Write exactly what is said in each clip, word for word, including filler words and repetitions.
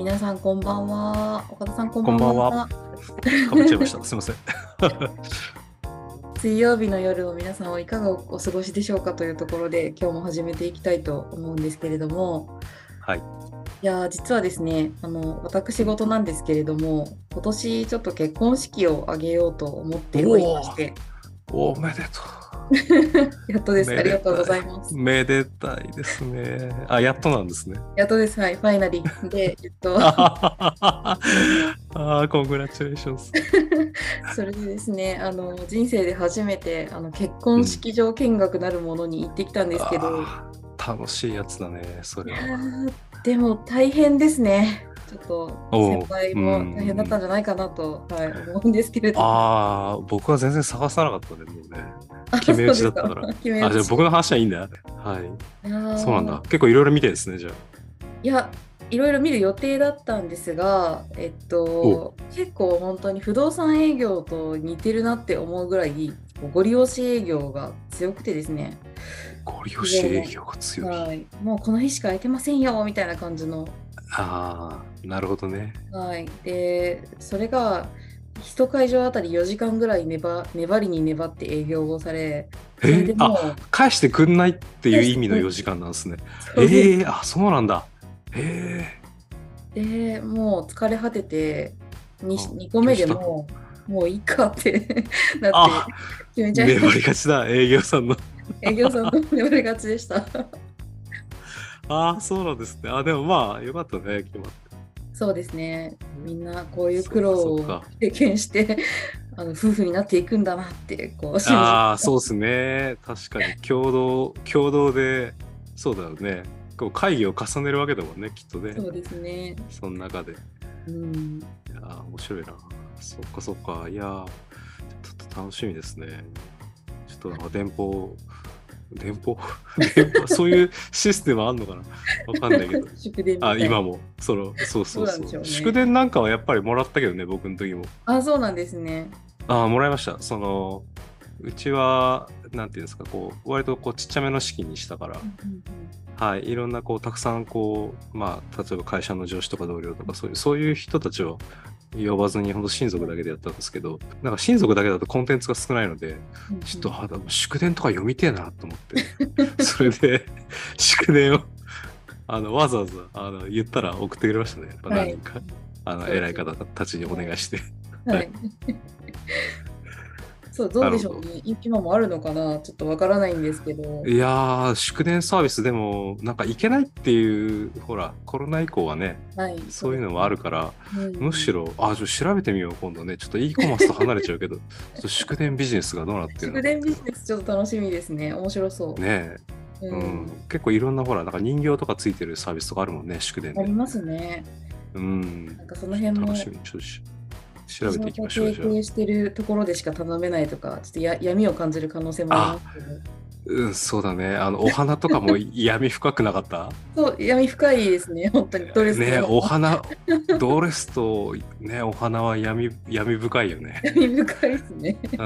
皆さんこんばんは。岡田さんこんばんこんばんは。 は。 かぶっちゃいました。すいません。 水曜日の夜を皆さんはいかがお過ごしでしょうかというところで今日も始めていきたいと思うんですけれども、 はい。 いやー実はですね、あの私事なんですけれども、今年ちょっと結婚式を挙げようと思っておりまして、 おおめでとやっとでう。 す。 めでありがとうごたい。 ざいます。 めでたいですね。あ、やっとなんですね。 やっとです。はい、ファイナリーで、えっと、 ああ、コングラチュレーションズ。 それでですね、あの人生で初めてあの結うん。 婚式場見学なるものに行ってきたんですけど、 ああ、楽しいやつだね、そいやれは。 ーでも大変ですね。ちょっと先おう。う輩も大変だったんん。 じゃないかなと、はい、思うんですけれども。 ああ、僕は全然探さなかったね、もうね。 あ、 決め打そうですか。 ちだったから。 決め打あ、じゃあ僕ち。 の話はいいんだ。はい。 いやそうなんだ。 ー結構いろいろ見てるんですね、じゃあ。 いや、いろいろ見る予定だったんですが、えっおう。 と、結構本当に不動産営業と似てるなって思うぐらい、こうご利用し営業が強くてですね、 ご利用企業の、 し営業が強い。 はい、もうこの日しか空いてませんよみたいな感じの、 ああ、なるほどね。 はい、で、それが一会場あたりよじかんぐらい粘、粘りに粘って営業をされ、それえーあ、 でも返してくんないってう、 いう返して意味の4 くる時間なんですね。 そうです。 ええー、あ、そうなんだ。ええで、もう疲れ果てて、に、 ー、あ、 にこめどうしたの？ でもう、もういいかってなってあ、 決めちゃいま粘した。 りがちだ、営業さんの。 営業さんと粘りがちでした。 ああ、そうなんですね。あ、でもまあ、よかったね、決まって。 そうですね。みんなこういう苦そっかそ労をっか。 経験して、あの夫婦になっていくんだなって、こう信じて。 ああ、そうですね。確かに、共同、共同で、そうだよね。こう会議を重ねるわけだもんね、きっとね。 そうですね。 その中で。いうん。 やー、面白いな。そっかそっか。いやー、ちょっと楽しみですね。ちょっとなんか電報、電報電報、そういうシステムあんのかな、わかんないけど。 祝電みあ、 たいな。 今も、その、そうどうなんでそうそう。 しょうね。 祝電なんかはやっぱりもらったけどね、僕の時も。 あ、そうなんですね。 ああ、もらいました。その、うちは、なんていうんですか、こう、割とこう、ちっちゃめの式にしたから、 うんうんはい、いろんなこう、たくさんこう、まあ、例えば会社の上司とか同僚とか、そういう、そういう人たちを呼ばずに、ほんと親族だけでやったんですけど、なんか親族だけだとコンテンツが少ないので、 うんちょっと、あ、でも祝電とか読みてえなと思って、それで、祝電を、あの、わざわざ、あの、言ったら送ってくれましたね。やっぱうんはい。 何人か、あの、 そうそう。 偉い方たちにお願いして。はい。 はい。そう、どうなるほど。 でしょうね。今もあるのかなちょっとわからないんですけど。 いやー、祝電サービスでも、なんか行けないっていう、ほら、コロナ以降はね、 はい、そうそういうのもあですね。 るから、 うん。 むしろ、あ、ちょっと調べてみよう、今度ね。ちょっと e コマースと離れちゃうけど、ちょっと祝電ビジネスがどうなってるの祝かっていうの。 電ビジネスちょっと楽しみですね。面白そねう。 え、ううん。 ん。結構いろんな、ほら、なんか人形とかついてるサービスとかあるもんね、祝電で。 ありますね。 うん。 なんかそのちょっ辺も、 と楽しみに、ちょっとし調べていきビジネスをましょう、じゃあ。 提携してるところでしか頼めないとか、ちょっとや闇を感じる可能性もありまあ、 すけど。 うん、そうだね。あの、お花とかも闇深くなかった？ そう、闇深いですね。本当にドレスのね、 方も。 お花、ドレスとね、お花は闇、闇深いよね。 闇深いですね。 うん、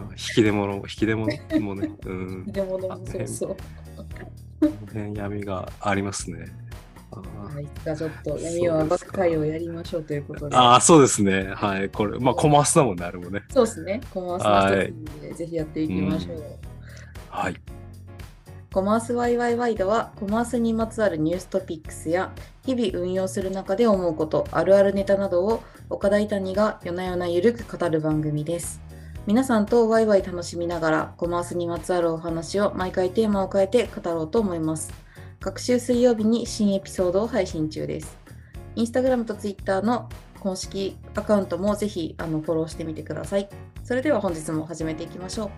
引き出物、引き出物もね、うん、 入れ物もあの辺、あそうそう。 の辺闇がありますね。あはい、いつかちょっとー、 闇を暴そうですく会をか。 やりましょうということで。 ああ、そうですね。はい、これ、まあ、コマースだもんね、あれもね。 そうですね。コマースの一つはい、 でぜひやっていうきましょう。 ん、はい、 コマースワイワイワイドはコマースにまつわるニューストピックスや日々運用する中で思うこと、あるあるネタなどを岡田谷が夜な夜なゆるく語る番組です。皆さんとワイワイ楽しみながらコマースにまつわるお話を毎回テーマを変えて語ろうと思います。各週水曜日に新エピソードを配信中です。インスタグラムとツイッターの公式アカウントもぜひあのフォローしてみてください。それでは本日も始めていきましょう。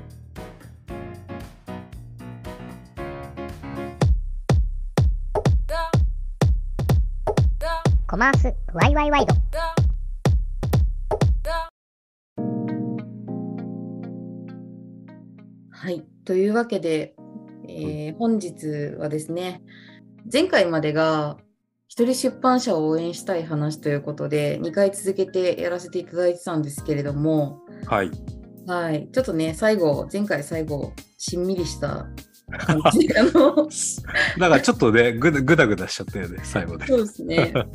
コマースワイワイワイド。 はい。というわけで、 うん、 えー本日はですね、前回までが一人出版社を応援したい話ということで、にかい続けてやらせていただいてたんですけれども、 はい。 はい。ちょっとね、最後、前回最後、しんみりした感じで、あの、 なんかちょっとね、ぐだぐだぐだしちゃったよね、最後で。 そうですね。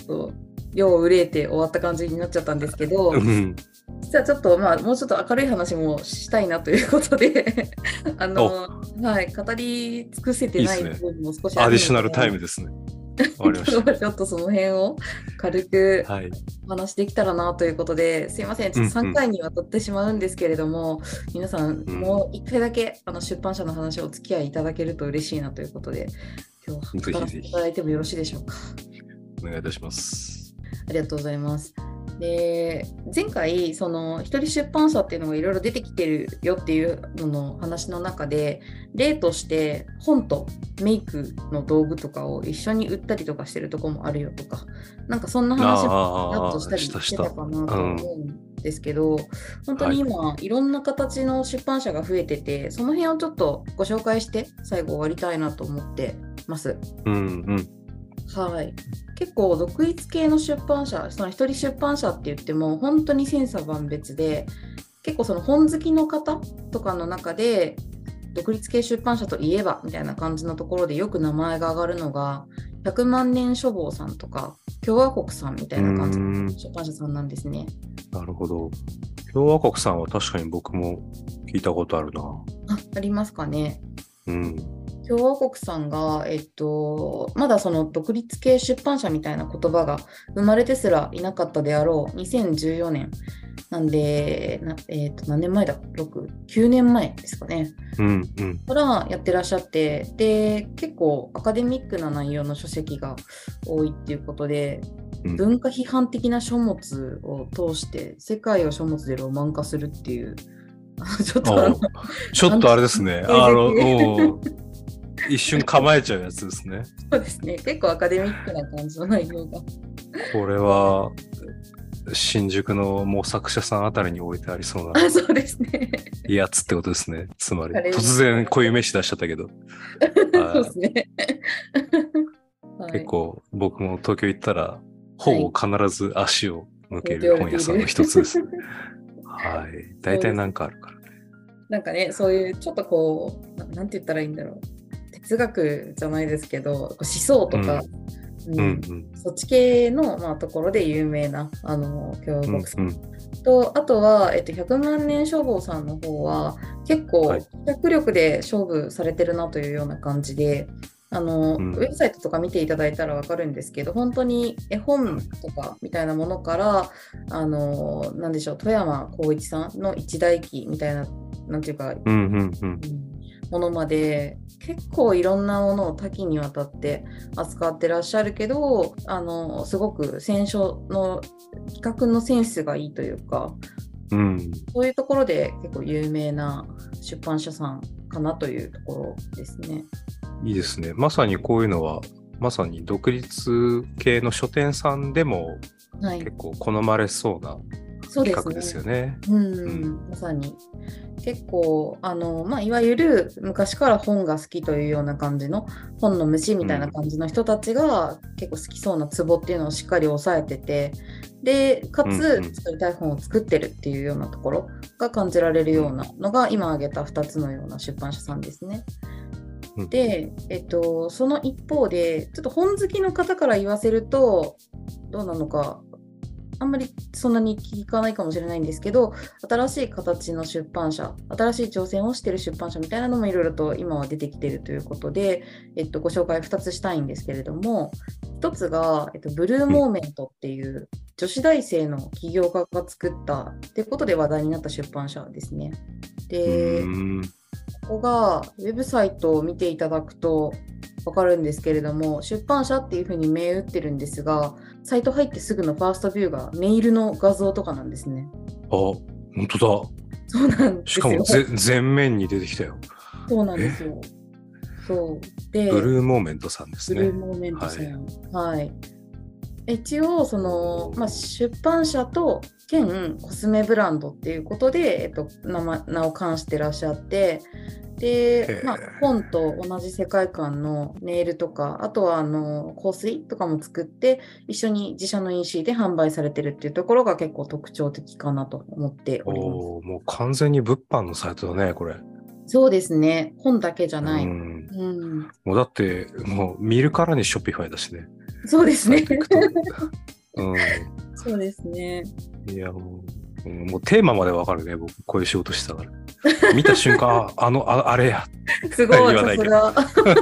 っと世を憂えて終わった感じになっちゃったんですけど、 うん。 実はちょっとまあもうちょっと明るい話もしたいなということであの、はい、語り尽くせてないいいっすね部分も少しあるので、 アディショナルタイムですね。わかりましちょっとその辺を軽くた。はい。 お話できたらなということで、すいません、ちょっとさんかいにわたってしまうんですけれども、皆さん、 うんもういっかいだけあの出版社の話をお付き合いいただけると嬉しいなということで、今日語らせていただいてもよろしいでしょうか。 お願いいたします。 ありがとうございます。で、前回その一人出版社っていうのがいろいろ出てきてるよっていうのの話の中で、例として本とメイクの道具とかを一緒に売ったりとかしてるとこもあるよとか、なんかそんな話もやっとしたりしてたかなと思うんですけど、本当に今いろんな形の出版社が増えてて、その辺をちょっとご紹介して最後終わりたいなと思ってます。 うんうん。 はい、結構独立系の出版社、その一人出版社って言っても本当に千差万別で、結構その本好きの方とかの中で独立系出版社といえばみたいな感じのところでよく名前が上がるのがひゃくまん年書房さんとか共和国さんみたいな感じの出版社さんなんですね。 なるほど。共和国さんは確かに僕も聞いたことあるな。 あ、ありますかね。 うん。 共和国さんが、えっと、まだその独立系出版社みたいな言葉が生まれてすらいなかったであろうにせんじゅうよねんなんで、なえっと、何年前だ ?ろく、きゅうねんまえですかね。 うんうん。 からやってらっしゃって、で、結構アカデミックな内容の書籍が多いっていうことで、うん、文化批判的な書物を通して世界を書物でロマン化するっていう、ちょっとあのちょっとあれですね。あの一瞬構えちゃうやつですね。 そうですね。結構アカデミックな感じの内容が。 これは新宿の模索者さんあたりに置いてありそうなあ、そうですね。 やつってことですね。つまり突然こういう飯出しちゃったけど。 そうですね。 結構僕も東京行ったらほぼ必ず足を向ける本屋さんの一つです。はい。大体なんかあるからね。 なんかね、そういうちょっとこうな、なんて言ったらいいんだろう。哲学じゃないですけど、思想とか、うんうんうん、そっち系の、まあ、ところで有名なあの共和国さん、うんうん、と、あとは、えっと、ひゃくまん年書房さんの方は結構脚力で勝負されてるなというような感じで、あの、うん、ウェブサイトとか見ていただいたら分かるんですけど、本当に絵本とかみたいなものからあのなんでしょう、富山光一さんの一代記みたいな、なんていうか、 うんうんうん、 ものまで結構いろんなものを多岐にわたって扱ってらっしゃるけど、あのすごく選書の企画のセンスがいいというか、 うん、 そういうところで結構有名な出版社さんかなというところですね。 いいですね。まさにこういうのはまさに独立系の書店さんでも結構好まれそうな企画ですよね。 うん、うん、まさに結構あの、まあ、いわゆる昔から本が好きというような感じの本の虫みたいな感じの人たちが結構好きそうなツボっていうのをしっかり抑えてて、でかつ作りたい本を作ってるっていうようなところが感じられるようなのが今挙げたふたつのような出版社さんですね。で、えっと、その一方でちょっと本好きの方から言わせるとどうなのかあんまりそんなに聞かないかもしれないんですけど、新しい形の出版社、新しい挑戦をしている出版社みたいなのもいろいろと今は出てきているということで、えっと、ご紹介ふたつしたいんですけれども、ひとつが、えっと、ブルーモーメントっていう女子大生の起業家が作ったということで話題になった出版社ですね。で、ここがウェブサイトを見ていただくと分かるんですけれども、出版社っていう風に銘打ってるんですが、サイト入ってすぐのファーストビューがメールの画像とかなんですね。 あ、本当だ。 そうなんですよ。 しかもぜ前面に出てきたよ。 そうなんですよ。そうで、 ブルーモーメントさんですね。 ブルーモーメントさん。はい。はい、一応その、まあ、出版社と兼コスメブランドっていうことで、えっと、名, 名を冠してらっしゃって。で、まあ、本と同じ世界観のネイルとか、あとはあの香水とかも作って一緒に自社の イーシー で販売されてるっていうところが結構特徴的かなと思っております。 お、もう完全に物販のサイトだね、これ。 そうですね、本だけじゃない。 うん、うん、もうだってもう見るからにショッピファイだしね。 そうですね。 サイト行くと。うん。 そうですね。 いや、もう、うんもうテーマまでわかるね、僕、こういう仕事してたから。見た瞬間、ああの、ああれや。 すごい、 言わないけどさすが。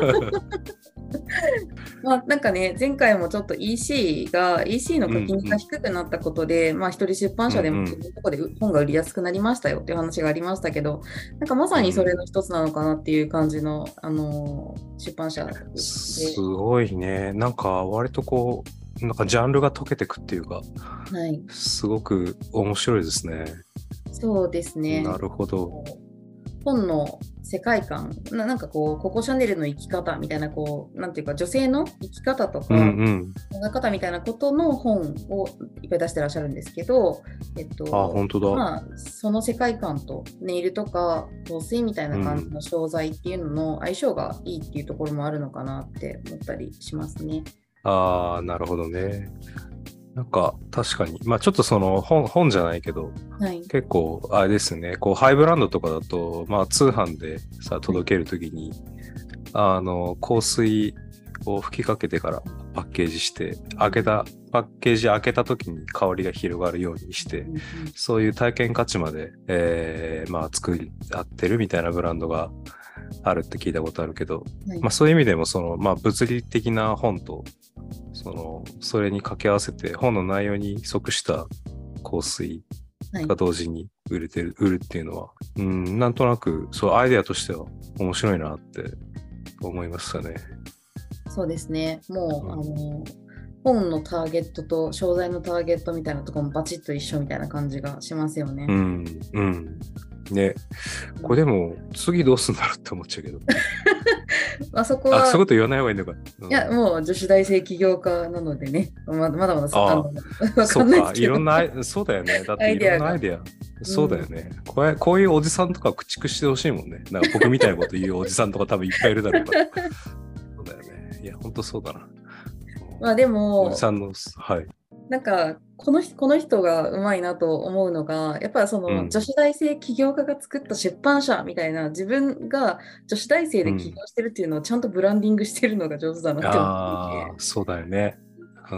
まあ、なんかね、前回もちょっと イーシー が、イーシー の課金が低くなったことで、まあ、一人出版社でも自分のところで本が売りやすくなりましたよっていう話がありましたけど、なんかまさにそれの一つなのかなっていう感じの、あのー出版社で。 すごいね。なんか、割とこう、なんかジャンルが溶けてくっていうか、 はい。 すごく面白いですね。 そうですね。 なるほど。 本の世界観な、なんかこう、ココ・シャネルの生き方みたいな、こう、なんていうか、女性の生き方とか、 うんうん。 考え方みたいなことの本をいっぱい出してらっしゃるんですけど、えっと、 あ、本当だ。 まあ、その世界観とネイルとか香水みたいな感じの商材っていうのの相性がいいっていうところもあるのかなって思ったりしますね。 ああ、なるほどね。なんか、確かに。まあちょっとその本、本じゃないけど、 はい。 結構、あれですね、こう、ハイブランドとかだと、まあ通販でさ、届けるときに、あの、香水を吹きかけてからパッケージして、開けた、パッケージ開けたときに香りが広がるようにして、 うんうんそういう体験価値まで、えー、まあ作り合ってるみたいなブランドがあるって聞いたことあるけど、 はいまあそういう意味でも、その、まあ物理的な本と、その、それに掛け合わせて本の内容に即した香水はいが同時に売れてる、売るっていうのは、うん、なんとなく、そう、アイデアとしては面白いなって思いましたね。 そうですね。もう、 うんあの、本のターゲットと商材のターゲットみたいなところもバチッと一緒みたいな感じがしますよね。 うん、うん。ね。これでも、次どうすんだろうって思っちゃうけど。 あそこあ、そういうは、 こと言わない方がいいのか。うん、 いや、もう女子大生起業家なのでね、ままだまだそああのわあ、 かんないでそうか。 すけど、 いろんなアイ、そうだよね。だっていろんなアイデア。そうだよね。これ、こういうおじさんとか駆逐してほしいもんね。なんか僕みたいなこと言うおじさんとか多分いっぱいいるだろうから。そうだよね。いや、ほんとそうだな。 まあでおもじ、さんの、はい。 なんかこの人、この人がうまいなと思うのが、やっぱそのうん。 女子大生起業家が作った出版社みたいな、自分が女子大生で起業してるっていうのをちゃんとブランディングしてるのが上手だなって思っていて。 ああ、そうだよね。うん。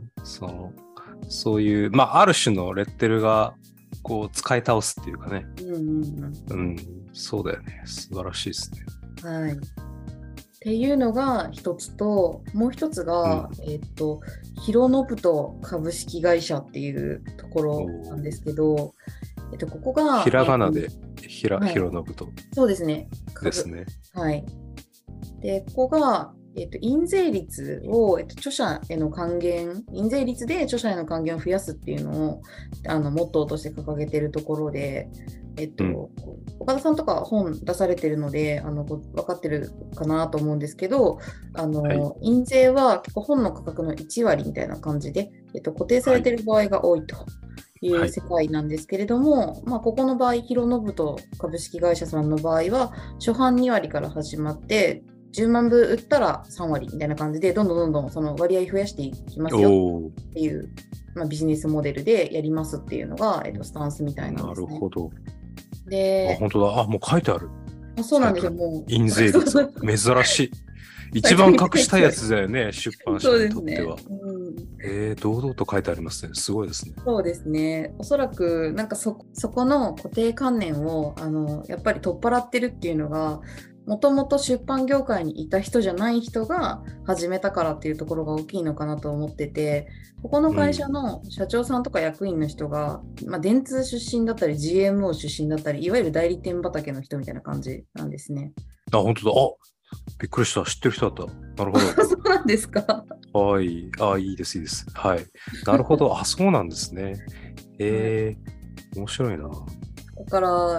その、そういう、まあ、ある種のレッテルが、こう、使い倒すっていうかね。 うんうんうん。そうだよね。素晴らしいですね。 うん。はい。っていうのが一つと、もう一つが、 うんえっと、ヒロノブト株式会社っていうところなんですけど、えっと、ここが、 ひらがなえっで、ひら、 はいひろのぶととそうですね。株ですね。 はい。で、ここが、えっと、印税率を、えっと、著者への還元、印税率で著者への還元を増やすっていうのを、あの、モットーとして掲げているところで、えっと、 うん岡田さんとか本出されてるので、あの、ご分かってるかなと思うんですけど、あの、 はい印税は結構本の価格のいち割みたいな感じで、えっと、固定されている場合が多いと。いはいう世界なんですけれども、まあ、ここの場合、ヒロノブト株式会社さんの場合は、初版に割から始まって、じゅうまんぶ売ったらさん割みたいな感じで、どんどんどんどんその割合増やしていきますよおー、 っていう、まあ、ビジネスモデルでやりますっていうのが、えっと、スタンスみたいなんなですね。 るほど。あ、 で、 本当だ。あ、もう書いてある。 あそうなんですよ、 サイもう。 印税率。珍しい。一番隠したいやつだよね、出版社そうですね。 にとっては。 うんえー、堂々と書いてありますね。すごいですね。 そうですね。おそらく、なんかそ、そこの固定観念を、あの、やっぱり取っ払ってるっていうのが、もともと出版業界にいた人じゃない人が始めたからっていうところが大きいのかなと思ってて、ここの会社の社長さんとか役員の人が、まあ、電通出身だったり、ジーエムオー 出身だったり、いわゆる代理店畑の人みたいな感じなんですね。 あ、本当だ。あ、びっくりした。知ってる人だった。なるほそうなんですか。 ど。はい。あ、いいです、いいです。はい。なるほど。あ、そうなんですね。えー、面白いな。 だから、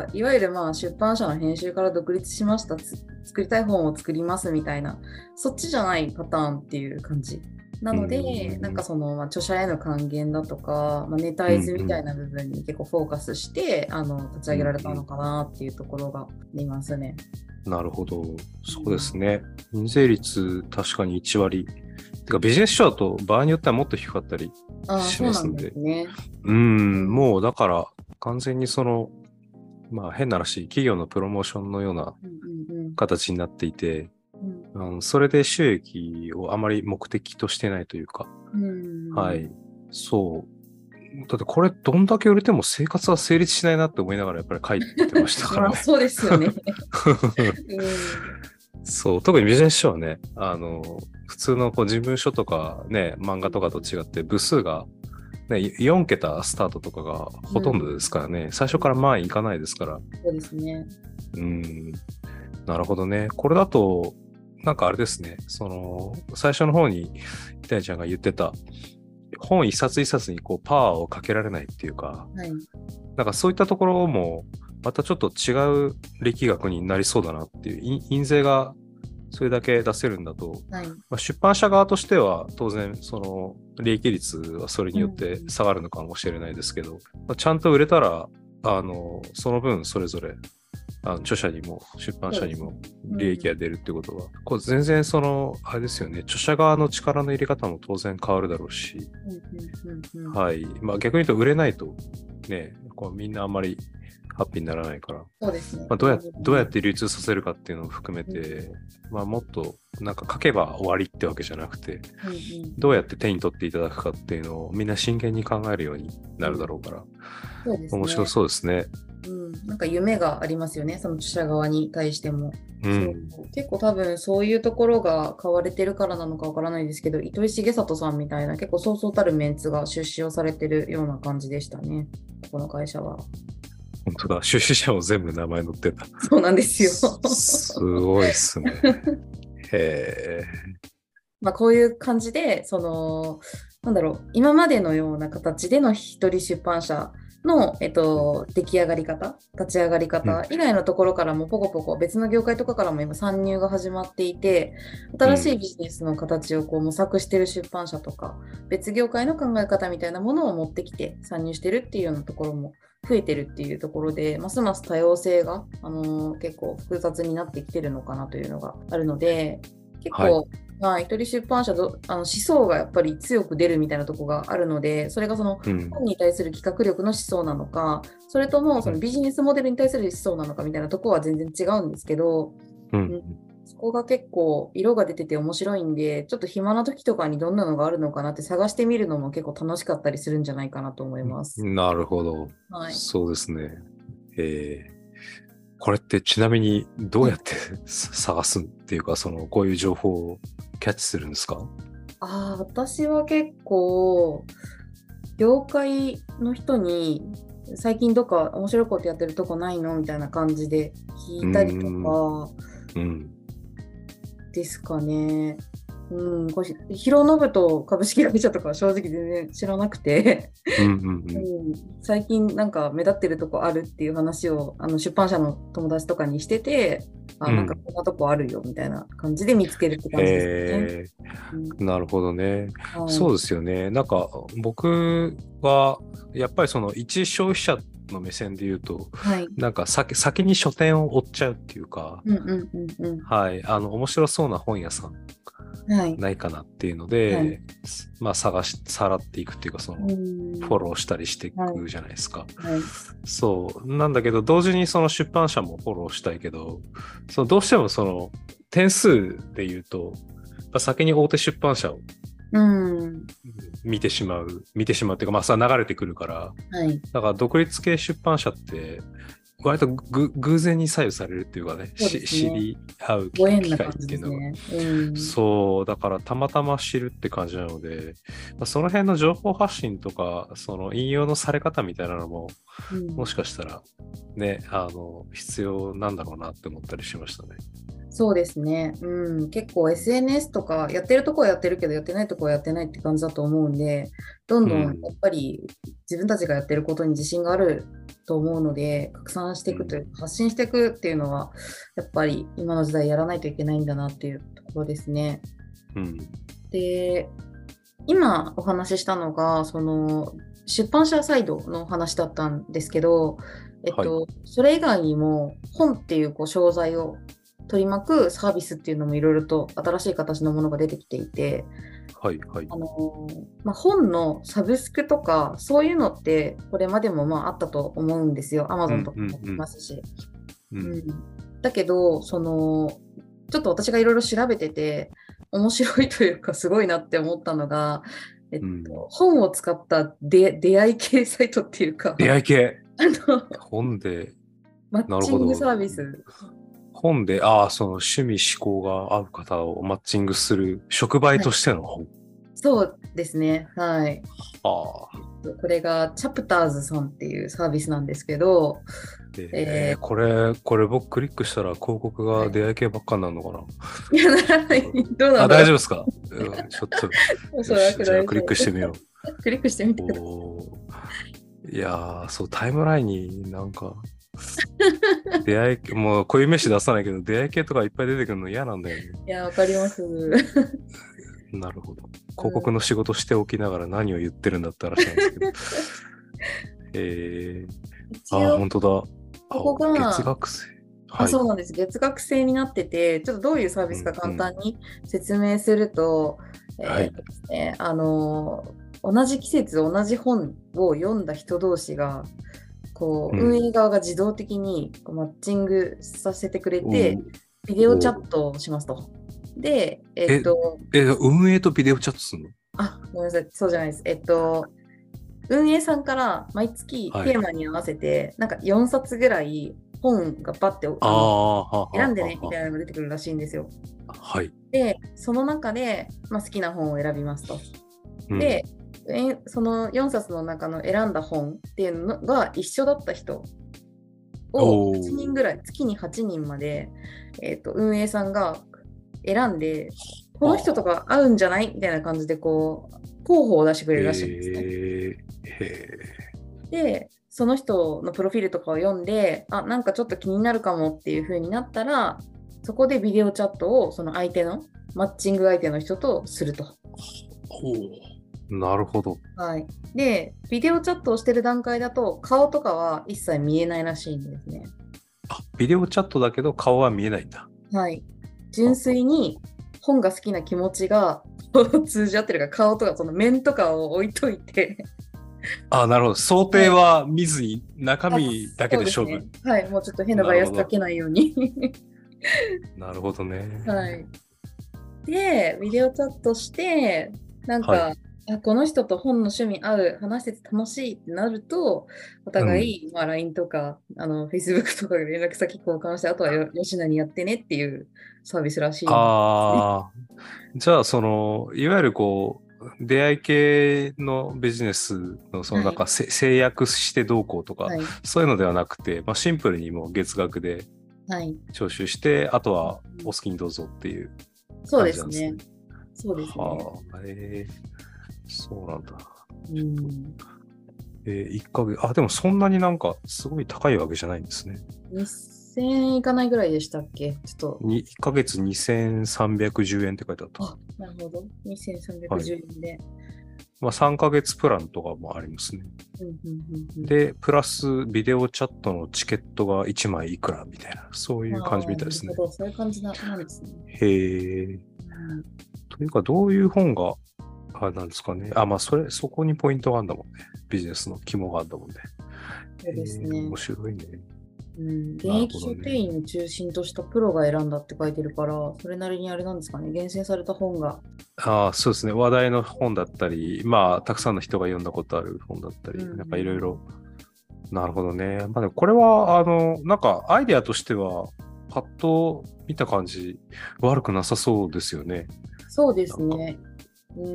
いわゆるまあ出版社の編集から独立しました、つ作りたい本を作りますみたいな、そっちじゃないパターンっていう感じ。なのうで、 んなんかその、まあ、著者への還元だとか、まあ、ネタイズみたいな部分に結構フォーカスして、あの立ち上げられたのかなっていうところがありますね。 なるほど。そうですね。印税率、確かにいち割。てかビジネス書だと場合によってはもっと低かったりああ、 しそうなんますんで。 ですね。 うーん、もうだから完全にその、まあ変な話、企業のプロモーションのようなうんうんうん形になっていて、 うんあのそれで収益をあまり目的としてないというか、 うんはい。そう。だってこれどんだけ売れても生活は成立しないなって思いながらやっぱり書いてましたからね。 まあそうですよね。うんそう、特にビジネス書はね、あの、普通のこう事務所とかね、漫画とかと違って部数が、ね、よん桁スタートとかがほとんどですからね、うん、最初から万いかないですから。 そうですね。 うん、なるほどね。これだと、なんかあれですね、その、最初の方に、ひたやちゃんが言ってた、本一冊一冊にこうパワーをかけられないっていうか、 はい、 なんかそういったところも、またちょっと違う力学になりそうだなっていう、印税がそれだけ出せるんだと、 はいまあ、出版社側としては当然その利益率はそれによって下がるのかもしれないですけど、うんまあ、ちゃんと売れたらあのその分それぞれあの著者にも出版社にも利益が出るってことは、うん、こう全然そのあれですよね、著者側の力の入れ方も当然変わるだろうし、うんうんうんうん、はい、まあ逆に言うと売れないとね、こうみんなあんまりハッピーにならないから、 そうですね。 まあ、どうや、どうやって流通させるかっていうのを含めて、うんまあ、もっとなんか書けば終わりってわけじゃなくて、うんうん、どうやって手に取っていただくかっていうのをみんな真剣に考えるようになるだろうから、うんそうですね、面白そうですね。 うん、なんか夢がありますよね、その著者側に対しても、うん、そう結構多分そういうところが買われてるからなのかわからないですけど、糸井重里さんみたいな結構そうそうたるメンツが出資をされてるような感じでしたね、この会社は。 本当だ、出資者も全部名前載ってた。 そうなんですよ。 すごいっすね。へー。 まあこういう感じで、その、なんだろう、今までのような形での一人出版社の、えっと、出来上がり方、立ち上がり方以外のところからもポコポコ別の業界とかからも今参入が始まっていて、新しいビジネスの形をこう模索している出版社とか、別業界の考え方みたいなものを持ってきて参入してるっていうようなところも増えてるっていうところで、ますます多様性が、あのー、結構複雑になってきてるのかなというのがあるので、結構、はいまあ、一人出版社どあの思想がやっぱり強く出るみたいなところがあるので、それがその本に対する企画力の思想なのか、うん、それともそのビジネスモデルに対する思想なのかみたいなところは全然違うんですけど、うんうん、そこが結構色が出てて面白いんで、ちょっと暇な時とかにどんなのがあるのかなって探してみるのも結構楽しかったりするんじゃないかなと思います。 なるほど。はい、そうですね。えーこれってちなみにどうやって探すっていうか、そのこういう情報をキャッチするんですか？ ああ、私は結構業界の人に最近どっか面白いことやってるとこないのみたいな感じで聞いたりとかですかね。うん、これヒロノブと株式会社とかは正直全然知らなくてうんうん、うん、最近なんか目立ってるとこあるっていう話をあの出版社の友達とかにしてて、あ、なんかこんなとこあるよみたいな感じで見つけるって感じですね。 うん、なるほどね、はい、そうですよね。なんか僕はやっぱりその一消費者の目線で言うと、はい、なんか先、先に書店を追っちゃうっていうか、うんうんうんうん、はい、あの面白そうな本屋さんないかなっていうので、はい、まあ探しさらっていくっていうか、そのフォローしたりしていくじゃないですか、はいはい、そうなんだけど同時にその出版社もフォローしたいけど、そのどうしてもその点数で言うと先に大手出版社を見てしまう見てしまうっていうか、まあさ流れてくるから、はい、だから独立系出版社って割とぐ偶然に左右されるっていうか ね, ね知り合う機会っていうのが、ねうん、そうだからたまたま知るって感じなので、まあ、その辺の情報発信とかその引用のされ方みたいなのも、うん、もしかしたらねあの必要なんだろうなって思ったりしましたね。 そうですね、うん、結構 エスエヌエス とかやってるとこはやってるけどやってないとこはやってないって感じだと思うんで、どんどんやっぱり自分たちがやってることに自信があると思うので拡散していくという、うん、発信していくっていうのはやっぱり今の時代やらないといけないんだなっていうところですね。うん、で今お話ししたのがその出版社サイドの話だったんですけど、えっとはい、それ以外にも本っていうこう商材を取り巻くサービスっていうのもいろいろと新しい形のものが出てきていて、 はいはいあのまあ、本のサブスクとかそういうのってこれまでもまああったと思うんですよ。Amazon とかもありますし、うんうんうんうん、だけどそのちょっと私がいろいろ調べてて面白いというかすごいなって思ったのが、えっとうん、 本を使った出出会い系サイトっていうか、 出会い系。 あの本で、 マッチングサービス。 本で、ああ、その趣味嗜好が合う方をマッチングする触媒としての本。 はい、そうですね。はい。 ああ。 これがチャプターズさんっていうサービスなんですけど、 えー、これ、これ僕クリックしたら広告が出会い系ばっかになるのかな、 はい、いや、ならない。どうなんだろう。 あ、大丈夫ですか、うん、ちょっと。 おそらくじゃあクリックしてみよう。クリックしてみてください。いやー、そう、タイムラインになんか、出会い、もうこういう飯出さないけど、出会い系とかいっぱい出てくるの嫌なんだよね。 いや、わかります。 なるほど。広告の仕事しておきながら何を言ってるんだったらしいんですけど。えー、あ、本当だ。 ここが月額制。 はい、あ、そうなんです。月額制になってて、ちょっとどういうサービスか簡単に説明すると、うんうん、えーですね、あの同じ季節同じ本を読んだ人同士がこう、うん、運営側が自動的にマッチングさせてくれて、ビデオチャットをしますと。で、えっとえ、え、運営とビデオチャットするの？ あ、ごめんなさい、そうじゃないです。えっと、運営さんから毎月テーマに合わせて、はい、なんかよんさつぐらい本がバッて選んでねみたいなのが出てくるらしいんですよ。 はい。 で、その中で、まあ、好きな本を選びますと。うん、で、そのよんさつの中の選んだ本っていうのが一緒だった人をはちにんぐらい、月にはちにんまで、えーと、運営さんが選んで、この人とか合うんじゃないみたいな感じでこう候補を出してくれるらしいんですね。 へーで、その人のプロフィールとかを読んで、あ、なんかちょっと気になるかもっていう風になったら、そこでビデオチャットをその相手のマッチング相手の人とすると。 ほう、なるほど。 はい。で、ビデオチャットをしてる段階だと顔とかは一切見えないらしいんですね。 あ、ビデオチャットだけど顔は見えないんだ。 はい。純粋に本が好きな気持ちが通じ合ってるから、顔とかその面とかを置いといてあ、なるほど。想定は見ずに中身だけで勝負。 ね、はい。もうちょっと変なバイアスかけないようになるほどね。 はい。で、ビデオチャットしてなんか、はい、あ、この人と本の趣味合う、話してて楽しいってなると、お互い、うん、まあ、ライン とかあの Facebook とかで連絡先交換して、あとはよ吉名にやってねっていうサービスらしいんです、ね。 ああ、じゃあそのいわゆるこう出会い系のビジネスのそのなんか、はい、制約してどうこうとか、はい、そういうのではなくて、まあ、シンプルにもう月額で徴収して、はい、あとはお好きにどうぞっていう感じなんですね。 そうですね。そうですね。 はあ、えー、そうなんだ。 うんえー、いっかげつ、あ、でもそんなになんかすごい高いわけじゃないんですね。 にせんえんいかないぐらいでしたっけ？ちょっといっかげつにせんさんびゃくじゅうえんって書いてあった。 あ、なるほど。にせんさんびゃくじゅうえんで。はい、 まあ、さんかげつプランとかもありますね。 うんうんうんうん、で、 プラスビデオチャットのチケットがいちまいいくらみたいな、そういう感じみたいですね。 なるほど、そういう感じなんですね。 へえ、うん。というか、どういう本が、あ、なんですかね。あ、まあ、それ、そこにポイントがあるんだもんね。ビジネスの肝があるんだもんね。 そうですね。 面白いね。 うん、現役書店員を中心としたプロが選んだって書いてるから、それなりにあれなんですかね、厳選された本が。 ああ、そうですね。話題の本だったり、まあ、たくさんの人が読んだことある本だったり、うん、なんかいろいろ。なるほどね。まあ、でもこれは、あの、なんかアイデアとしては、パッと見た感じ、悪くなさそうですよね。 そうですね。うん、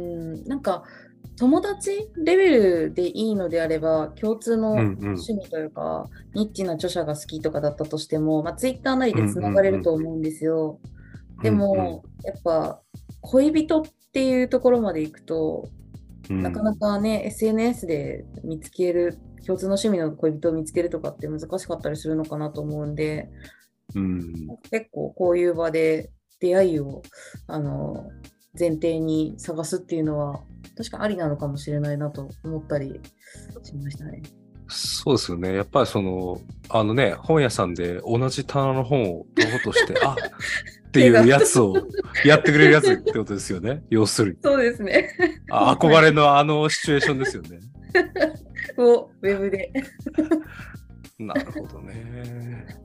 なんか、友達レベルでいいのであれば、共通の趣味というか、うんうん、ニッチな著者が好きとかだったとしても、まあ、ツイッターなりでつながれると思うんですよ。うんうんうん、でも、うんうん、やっぱ恋人っていうところまで行くと、うん、なかなかね エスエヌエス で見つける、共通の趣味の恋人を見つけるとかって難しかったりするのかなと思うんで、 うん、 結構こういう場で出会いをあの前提に探すっていうのは確かありなのかもしれないなと思ったりしましたね。 そうですよね。やっぱりそのあのね、本屋さんで同じ棚の本を取ろうとしてあっていうやつをやってくれるやつってことですよね。要するに。 そうですね。 あ、憧れのあのシチュエーションですよね。 をウェブで。 なるほどね。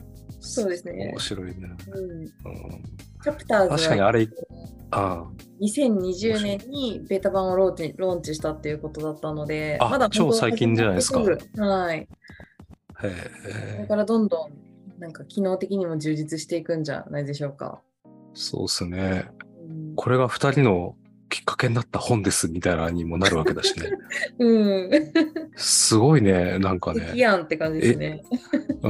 そうですね。 面白いね。 うん。 うん、 チャプターズは確かにあれ、あにせんにじゅうねんにベータ版をローチローンチしたっていうことだったので、 あ、 まだ超最近じゃないですか。 始まってすぐはい。 へこれえ。 からどんどんなんか機能的にも充実していくんじゃないでしょうか。 そうですね。 うん、 これがふたりのきっかけになった本ですみたいなにもなるわけだしね。 うん。 すごいね、なんか素敵ね。 やんって感じですね。 うん、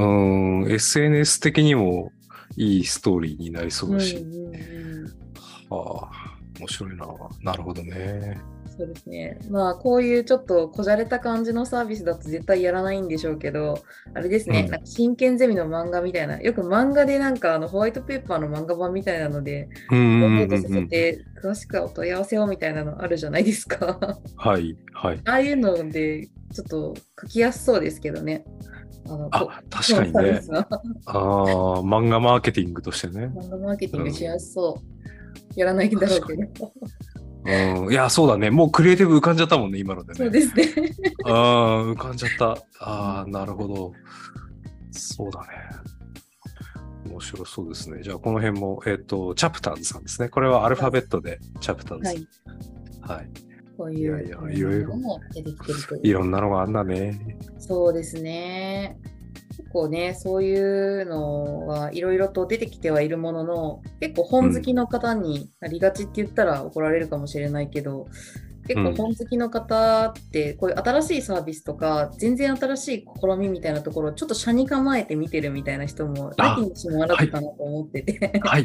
エスエヌエス 的にもいいストーリーになりそうだし。 うんうんうん、 はあ、面白いな。なるほどね。 そうですね。まあこういうちょっとこじゃれた感じのサービスだと絶対やらないんでしょうけど、あれですね、 うんなんか真剣ゼミの漫画みたいな、よく漫画でなんかあのホワイトペーパーの漫画版みたいなので、 うんうんダウンロードうんうん。 させて詳しくお問い合わせをみたいなのあるじゃないですか。 はい、はい。 ああいうのでちょっと書きやすそうですけどね。あのこあ、確かにねこのサービス。はああ、漫画マーケティングとしてね。 漫画マーケティングしやすそう。やらないんだろうけど。 うん、いや、そうだね。もうクリエイティブ浮かんじゃったもんね、今のでね。 そうですね。 ああ、浮かんじゃった。ああ、なるほど。そうだね。面白そうですね。じゃあ、この辺も、えっ、と、チャプターズさんですね。これはアルファベットでチャプターズ。 ははい。はい。 こういういやいやいろいろものも出てきてるという。 いろんなのがあんだね。 そうですね。結構ね、そういうのはいろいろと出てきてはいるものの、結構本好きの方になりがちって言ったら怒られるかもしれないけど、結構本好きの方ってこういう新しいサービスとか全然新しい試みみたいなところをちょっと車に構えて見てるみたいな人もなきにしもあらずかなと思ってて、 はい。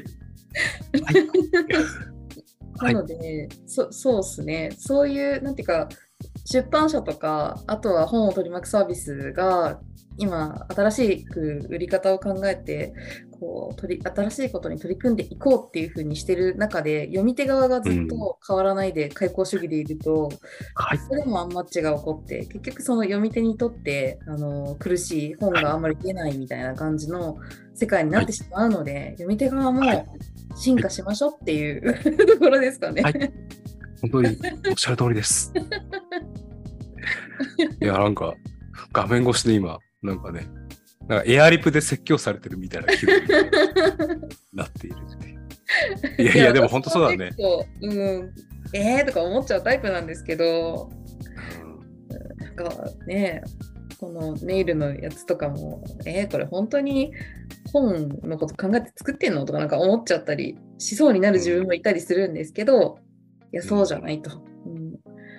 はい。 なので、そそうですね、そういうなんていうか出版社とかあとは本を取り巻くサービスが今新しく売り方を考えてこう取り新しいことに取り組んでいこうっていう風にしてる中で読み手側がずっと変わらないで開口主義でいると、 はい。 それでもアンマッチが起こって結局その読み手にとってあの苦しい本があんまり出ないみたいな感じの世界になってしまうので、はい、読み手側も進化しましょうっていう、はい、ところですかね。 はい、本当におっしゃる通りです。いや、なんか画面越しで今なんかね、なんかエアリプで説教されてるみたいな気分になっているっていう。いやいや、でも本当そうだね。 うん、えーとか思っちゃうタイプなんですけど、うん、なんかね、このネイルのやつとかも、えー、これ本当に本のこと考えて作ってんのとかなんか思っちゃったりしそうになる自分もいたりするんですけど、うん、いや、そうじゃないと。うん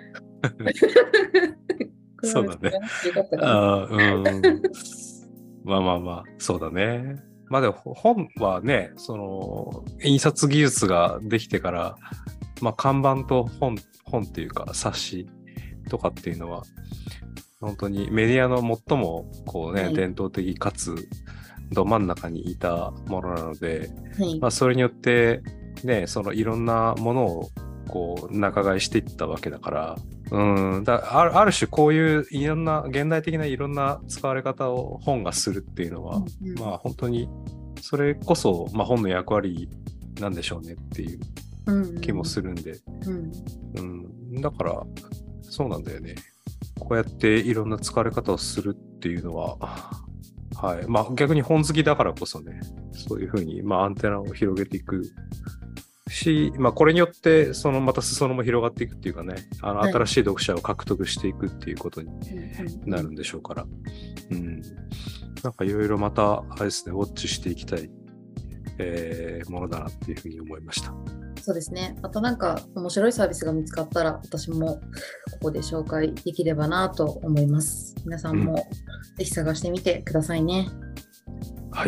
そうだね。あうん、まあまあまあ、そうだね。まあでも本はね、その印刷技術ができてから、まあ看板と本、本っていうか冊子とかっていうのは、本当にメディアの最もこうね、はい、伝統的かつど真ん中にいたものなので、はい、まあそれによってね、そのいろんなものをこう仲買いしていったわけだから、うん、だある、ある種こういういろんな現代的ないろんな使われ方を本がするっていうのは、うんうん、まあ本当にそれこそ、まあ、本の役割なんでしょうねっていう気もするんで、うんうんうん、だからそうなんだよね。こうやっていろんな使われ方をするっていうのは、はい、まあ逆に本好きだからこそね、そういうふうにまあアンテナを広げていくし、まあ、これによってそのまた裾野も広がっていくっていうかね、あの新しい読者を獲得していくっていうことになるんでしょうから、うん、なんかいろいろまたあれですね、ウォッチしていきたい、えー、ものだなっていうふうに思いました。 そうですね。またなんか面白いサービスが見つかったら私もここで紹介できればなと思います。皆さんもぜひ探してみてくださいね。 うん、はい。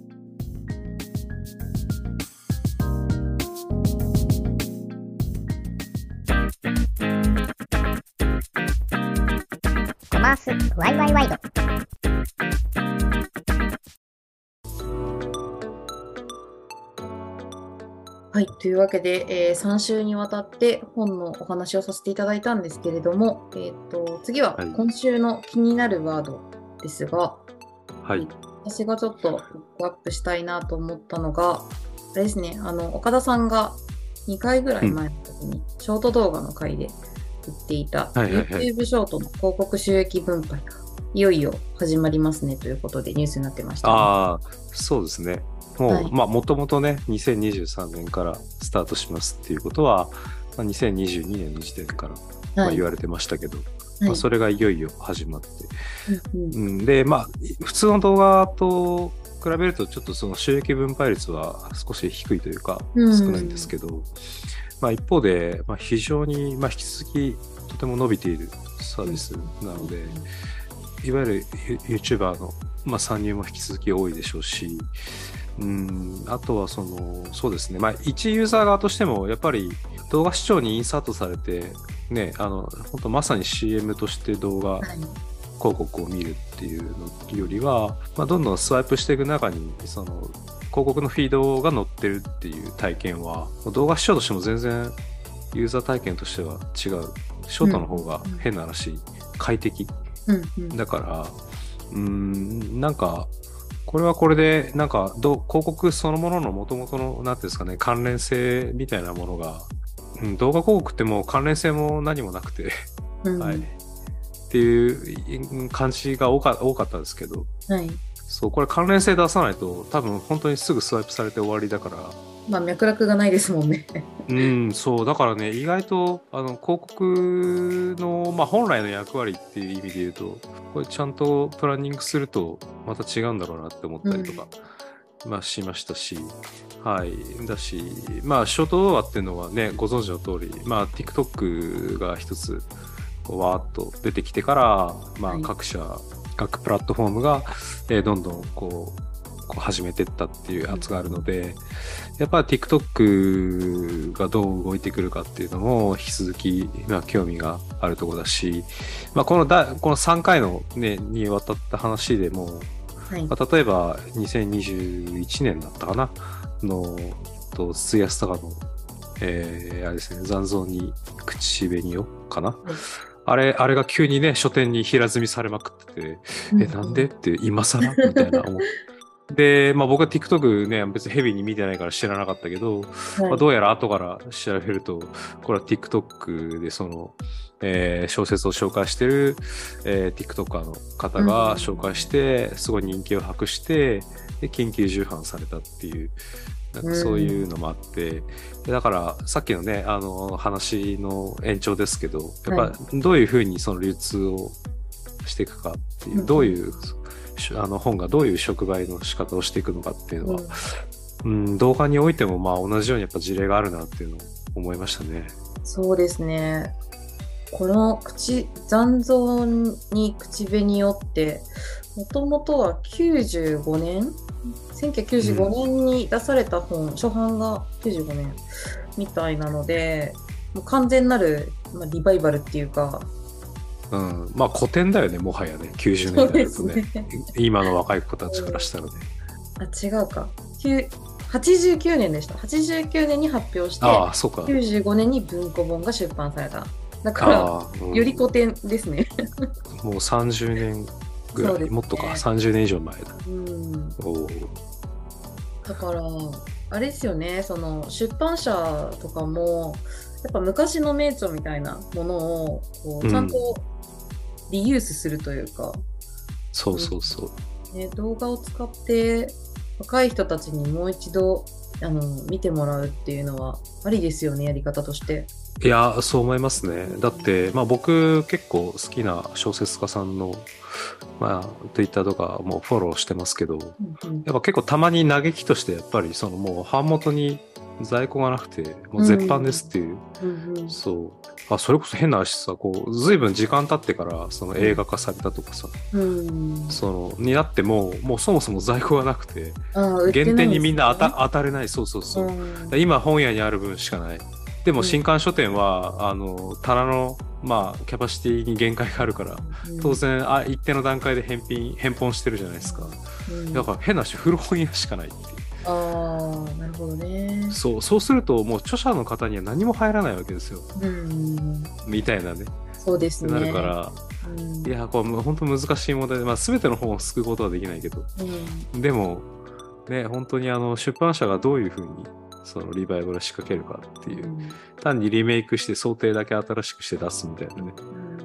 コマースワイワイワイド。 はい、というわけで、えー、さん週にわたって本のお話をさせていただいたんですけれども、えー、と次は今週の気になるワードですが、 はい、 私がちょっとピックアップしたいなと思ったのが、あれですね、あの岡田さんがにかいぐらい前の時にショート動画の回で言っていた、 はいはいはい、 YouTube ショートの広告収益分配がいよいよ始まりますねということでニュースになってましたね。 ああ、そうですね。もう、 はいまあ、もともとね、にせんにじゅうさんねんからスタートしますっていうことは、まあ、にせんにじゅうにねんの時点から、まあ、 はい言われてましたけど、 はいまあ、それがいよいよ始まって、 うんうんうん、で、まあ、普通の動画と比べると、ちょっとその収益分配率は少し低いというか、 うん少ないんですけど、まあ、一方で、まあ、非常に、まあ、引き続きとても伸びているサービスなので、いわゆる YouTuber の、まあ、参入も引き続き多いでしょうし、うん、あとはその、そうですね、まあ、一ユーザー側としても、やっぱり動画視聴にインサートされて、ね、あの、本当まさに シーエム として動画、 はい広告を見るっていうのよりは、まあ、どんどんスワイプしていく中にその広告のフィードが載ってるっていう体験は動画視聴としても全然ユーザー体験としては違う。ショートの方が変な話、うん、快適、 うんうん、 だからうーんなんかこれはこれでなんかど広告そのものの元々のなんていうんですかね、関連性みたいなものが、うん、動画広告ってもう関連性も何もなくて、うん、はいっていう感じが多か、多かったんですけど、 はい、 そうこれ関連性出さないと多分本当にすぐスワイプされて終わりだから、 まあ脈絡がないですもんね。 うんそうだからね、意外とあの広告の、まあ、本来の役割っていう意味で言うとこれちゃんとプランニングするとまた違うんだろうなって思ったりとか、うん、まあしましたし、はいだしまあショート動画っていうのはねご存知の通り、まあ TikTok が一つわーっと出てきてから、まあ、各社、はい、各プラットフォームが、えー、どんどんこう、こう始めていったっていうやつがあるので、うん、やっぱり TikTok がどう動いてくるかっていうのも引き続き、まあ、興味があるところだし、まあ、このだこのさんかいの、ね、にわたった話でも、はいまあ、例えばにせんにじゅういちねんだったかなのと筒井康隆の、えー、あれですね、残像に口紅をかな、はいあれ、あれが急にね、書店に平積みされまくってて、うん、え、なんでって今更みたいな思って。で、まあ僕は TikTok ね、別にヘビーに見てないから知らなかったけど、はいまあ、どうやら後から調べると、これは TikTok でその、えー、小説を紹介してる、えー、TikToker の方が紹介して、すごい人気を博して、で、緊急重版されたっていう、なんかそういうのもあって、うん、だからさっきのねあの話の延長ですけどやっぱどういうふうにその流通をしていくかっていう、はい、どういうあの本がどういう触媒の仕方をしていくのかっていうのは、うんうん、動画においてもまあ同じようにやっぱ事例があるなっていうのを思いましたね。 そうですね。この口残像に口紅をってもともとはきゅうじゅうごねんせんきゅうひゃくきゅうじゅうごねんに出された本、うん、初版がきゅうじゅうごねんみたいなのでもう完全なる、まあ、リバイバルっていうか、 うん、まあ古典だよねもはやねきゅうじゅうねんだいだと ね, ね今の若い子たちからしたらね、 うん、あ違うかはちじゅうきゅうねんでした。はちじゅうきゅうねんに発表してあそうかきゅうじゅうごねんに文庫本が出版された。だから、うん、より古典ですねもうさんじゅうねんぐらい、ね、もっとかさんじゅうねん以上前だ、うん、おだからあれですよね、その出版社とかもやっぱ昔の名著みたいなものをこうちゃんとリユースするというか、うん、 そうそうそう、 ね、動画を使って若い人たちにもう一度あの見てもらうっていうのはありですよね、やり方として。 いやそう思いますね。だって、まあ、僕結構好きな小説家さんの、まあ、Twitter とかもフォローしてますけど、うんうん、やっぱ結構たまに嘆きとしてやっぱりそのもう版元に在庫がなくてもう絶版ですっていう、うんうん、そうあそれこそ変な話さこう随分時間経ってからその映画化されたとかさ、うん、そのになってももうそもそも在庫がなくて限定にみんな当た、当たれない。そうそうそう、うん、今本屋にある分しかない。でも新刊書店は、うん、あの棚の、まあ、キャパシティに限界があるから、うん、当然あ一定の段階で返品返本してるじゃないですか、うん、だから変な話古本屋しかないっていう。 ああなるほどね。 そうそうするともう著者の方には何も入らないわけですよ、うん、みたいなね。 そうですね。 なるから、うん、いやこれ本当難しい問題で、まあ、全ての本を救うことはできないけど、うん、でもね本当にあの出版社がどういうふうにそのリバイバル仕掛けるかっていう、うん、単にリメイクして想定だけ新しくして出すみたいなね、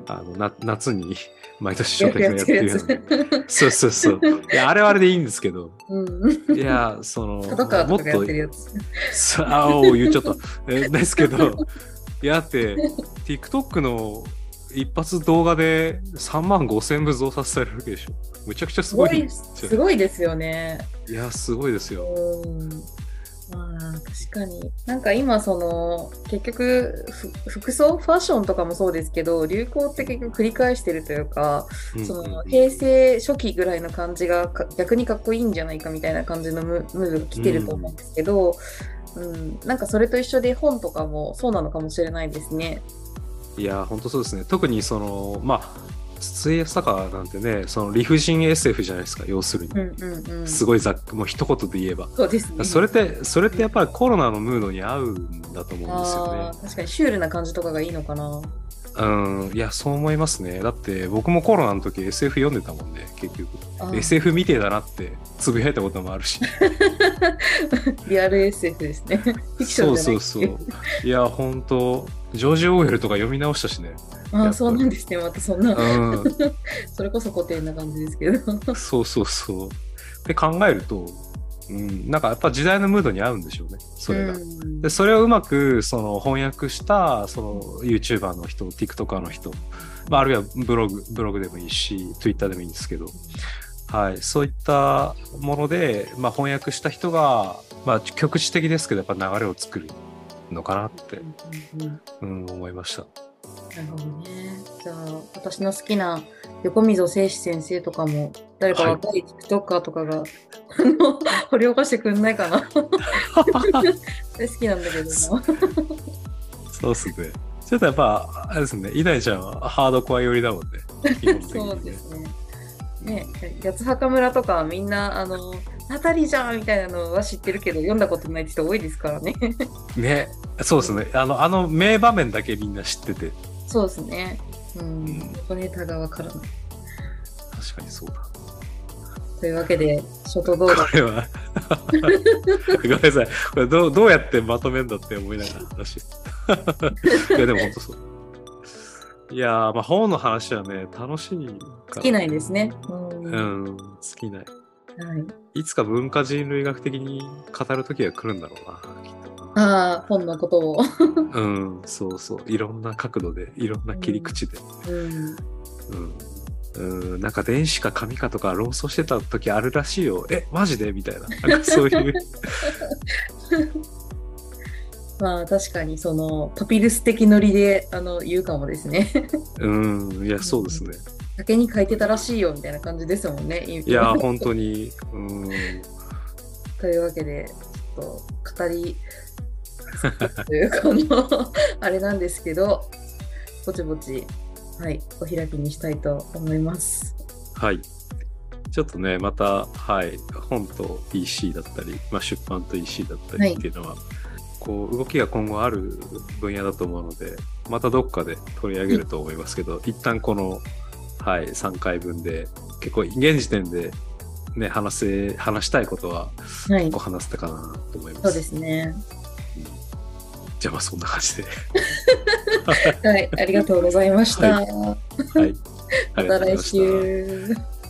あのな夏に毎年書店がやってるような。そうそうそう。いや、あれはあれでいいんですけど、 うん、 いや、その、 角川とかがやってるやつ。 さあ、お言っちゃった。えですけど、いや、だって、TikTok の一発動画でさんまんごせんぶ増刷されるわけでしょ。むちゃくちゃすごい。 すごいですよね。 いや、すごいですよ。 うん、まあ、確かに。なんか今、その、結局、服装、ファッションとかもそうですけど、流行って結局繰り返してるというか、その、平成初期ぐらいの感じが逆にかっこいいんじゃないかみたいな感じのムムードが来てると思うんですけど、うん、うん、なんかそれと一緒で本とかもそうなのかもしれないですね。 いや、本当そうですね。特にその、まあ、筒井康隆なんてね、その理不尽 エスエフじゃないですか、要するに。うんうんうん、すごいざっく、もう一言で言えば。 そうですね。 それって、それってやっぱりコロナのムードに合うんだと思うんですよね。 あ、確かにシュールな感じとかがいいのかな。 うん、いや、そう思いますね。だって僕もコロナの時 エスエフ 読んでたもんね、結局。エスエフ みてえだなってつぶやいたこともあるし。 リアル エスエフ ですね。フィクションじゃない。 そうそうそう。いや、本当ジョージ・オーウェルとか読み直したしね。 ああ、そうなんですね。またそんな、うん、それこそ古典な感じですけど。 そうそうそう。って考えると、うん、なんかやっぱ時代のムードに合うんでしょうね、それが。うん、でそれをうまくその翻訳したその YouTuber の人、TikToker の人、まあ、あるいはブログ、ブログでもいいし、Twitter でもいいんですけど、はい、そういったもので、まあ、翻訳した人が、まあ、局地的ですけど、やっぱ流れを作るのかなって、うんうんうん、思いました。 なるほどね。じゃあ、私の好きな横溝正史先生とかも、誰か若い TikToker とかが、はい、あの掘り起こしてくんないかな。好きなんだけどな。 そうっすね。ちょっとやっぱ、あれですね、イダイちゃんはハードコア寄りだもんね。基本的にね。 そうですね。ね、八つ墓村とかみんな、あの、ナタリーじゃんみたいなのは知ってるけど、読んだことない人多いですからね。ね、 そうですね。あの、あの名場面だけみんな知ってて。 そうですね。うん。うん、ネタがわからない。 確かにそうだ。 というわけで、ショート動画。 これは、ごめんなさい。これどう、どうやってまとめんだって思いながら話して。いや、でも本当そう。いやー、まあ本の話はね、楽しいから。 尽きないですね。うん、 うん、尽きない。はい。いつか文化人類学的に語る時が来るんだろうな、きっと。 ああ、本のことを。 うん、そうそう。いろんな角度で、いろんな切り口で。うん。うんうん、なんか電子か紙かとか論争してた時あるらしいよ。え、マジでみたいな。なんかそういう。 まあ確かにそのパピルス的ノリであの言うかもですね。 うん、いや、そうですね。 竹に書いてたらしいよみたいな感じですもんね。 いや、本当に。うん。 というわけで、ちょっと語り、というかの、あれなんですけど、ぼちぼち。はい、お開きにしたいと思います。 はい。ちょっとね、また、はい、本と イーシー だったり、まあ、出版と イーシー だったりっていうのは、はい、こう動きが今後ある分野だと思うので、またどっかで取り上げると思いますけど、うん、一旦この、はい、さんかいぶんで、結構現時点で、ね、話せ、話したいことは、結構話せたかなと思います。 はい、そうですね。 じゃあまあそんな感じで。 はい、ありがとうございました。 はい、はい、 また来週。